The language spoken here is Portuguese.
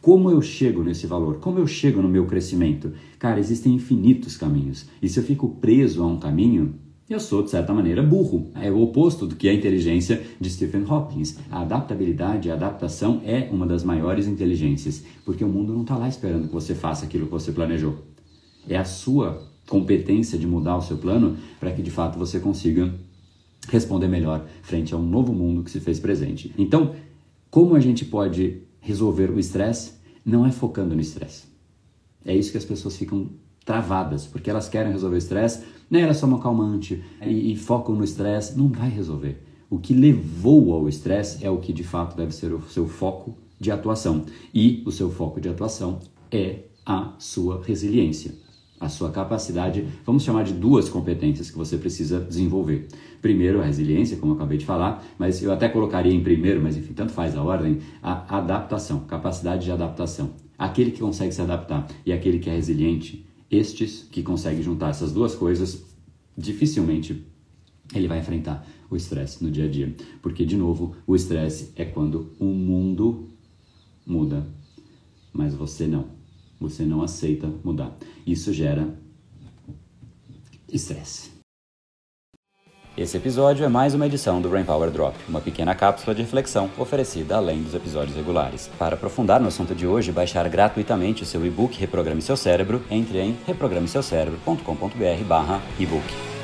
Como eu chego nesse valor? Como eu chego no meu crescimento? Cara, existem infinitos caminhos. E se eu fico preso a um caminho, eu sou, de certa maneira, burro. É o oposto do que a inteligência de Stephen Hawking. A adaptabilidade, a adaptação é uma das maiores inteligências, porque o mundo não está lá esperando que você faça aquilo que você planejou. É a sua competência de mudar o seu plano para que, de fato, você consiga responder melhor frente a um novo mundo que se fez presente. Então, como a gente pode resolver o estresse? Não é focando no estresse. É isso que as pessoas ficam travadas, porque elas querem resolver o estresse, né? Ela é só uma calmante e focam no estresse, não vai resolver. O que levou ao estresse é o que de fato deve ser o seu foco de atuação. E o seu foco de atuação é a sua resiliência, a sua capacidade, vamos chamar de duas competências que você precisa desenvolver. Primeiro, a resiliência, como eu acabei de falar, mas eu até colocaria em primeiro, mas enfim, tanto faz a ordem, a adaptação, capacidade de adaptação. Aquele que consegue se adaptar e aquele que é resiliente, estes que conseguem juntar essas duas coisas, dificilmente ele vai enfrentar o estresse no dia a dia. Porque, de novo, o estresse é quando o mundo muda, mas você não. Você não aceita mudar. Isso gera estresse. Esse episódio é mais uma edição do Brain Power Drop, uma pequena cápsula de reflexão oferecida além dos episódios regulares. Para aprofundar no assunto de hoje e baixar gratuitamente o seu e-book Reprograme Seu Cérebro, entre em reprogrameseucerebro.com.br/ebook.